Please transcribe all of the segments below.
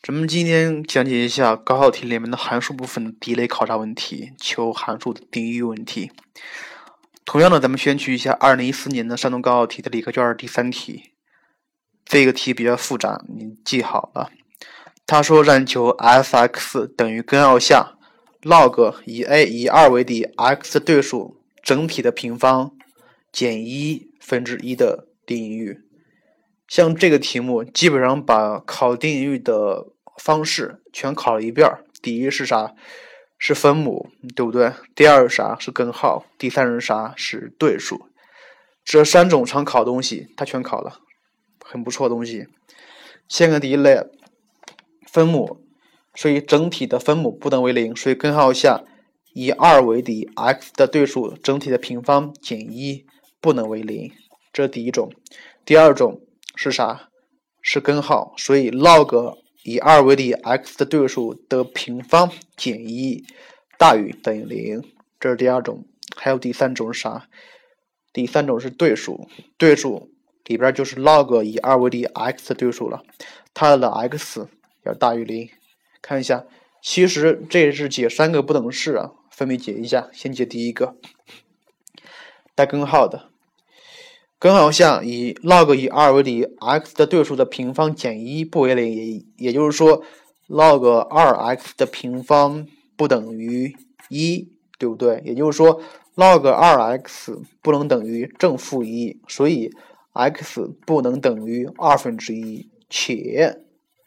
咱们今天讲解一下高考题里面的函数部分的第一类考察问题，求函数的定义域问题。同样的，咱们选取一下2014年的山东高考题的理科卷第3题。这个题比较复杂，你记好了。他说让求 f(x) 等于根号下 log 以 a 以2为底 x 的对数整体的平方减1/1的定义域。像这个题目基本上把考定义域的方式全考了一遍。第一是啥？是分母，对不对？第二是啥？是根号。第三是啥？是对数。这3种常考的东西它全考了，很不错的东西。先看第一类分母，所以整体的分母不等为0，所以根号下以2为底 x 的对数整体的平方减1不能为0，这是第一种。第二种是啥？是根号，所以 log 以2为底 x 的对数的平方减1大于等于0，这是第二种。还有第三种是啥？第三种是对数，对数里边就是 log 以2为底 x 的对数了，它的 x 要大于0。看一下，其实这是解3个不等式啊，分别解一下。先解第一个，带根号的。根号下以 log 以2为底 x 的对数的平方减1不为0，也就是说 log 2x 的平方不等于1，对不对？也就是说 log 2x 不能等于正负1，所以 x 不能等于1/2，且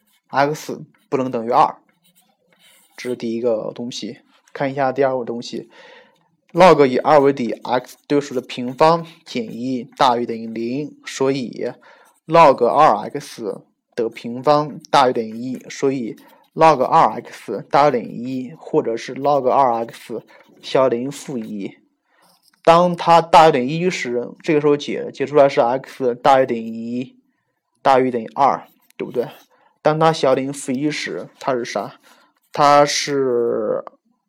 x 不能等于2，这是第一个东西。看一下第二个东西，log 以2为底 x 对数的平方减1大于等于0，所以 log 2x 的平方大于等于1，所以 log 2x 大于等于1，或者是 log 2x 小于等于负1。当它大于等于1时，这个时候解出来是 x 大于等于1，大于等于2，对不对？当它小于等于负1时，它是啥？它是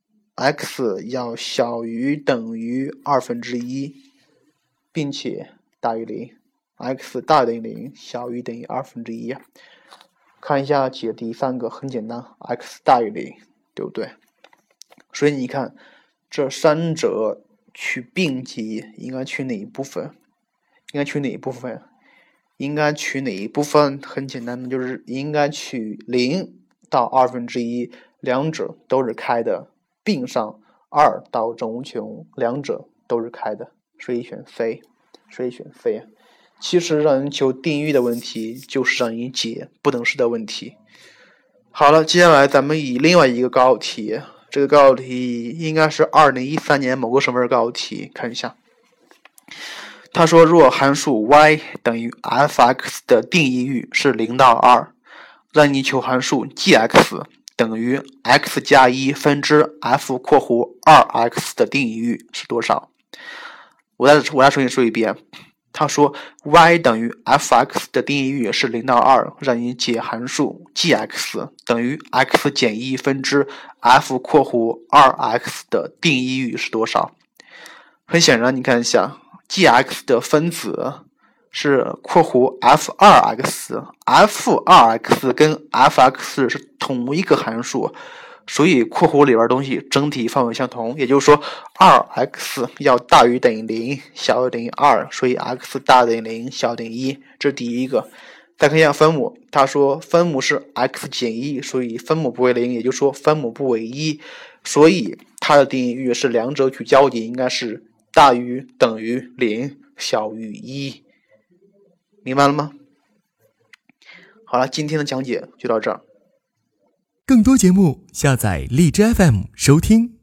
x 要小于等于1/2，并且大于0。x 大于等于0，小于等于1/2。看一下解第三个，很简单 ，x 大于0，对不对？所以你看这三者取并集，应该取哪一部分？应该取哪一部分？应该取哪一部分？很简单的，就是应该取0到1/2，两者都是开的，并上2到正无穷，两者都是开的，所以选 C。所以选 C。其实让人求定义域的问题，就是让你解不等式的问题。好了，接下来咱们以另外一个高考题，这个高考题应该是2013年某个省份高考题，看一下。他说，若函数 y 等于 f(x) 的定义域是0到2，让你求函数 g(x) 等于 x 加1分之 f括弧 2x 的定义域是多少？我再重新说一遍。他说 y 等于 f(x) 的定义域是0到2，让你解函数 g(x) 等于 x 减1分之 f 括弧 2x 的定义域是多少？很显然，你看一下 g(x) 的分子是括弧 f2x，f2x 跟 f(x) 是同一个函数，所以括弧里边东西整体范围相同，也就是说 2x 要大于等于0，小于等于2，所以 x 大于等于0，小于等于1，这是第一个。再看一下分母，他说分母是 x 减1，所以分母不为0，也就是说分母不为1，所以它的定义域是两者取交集，应该是大于等于0，小于1。明白了吗？好了，今天的讲解就到这儿。 更多节目下载荔枝 FM 收听。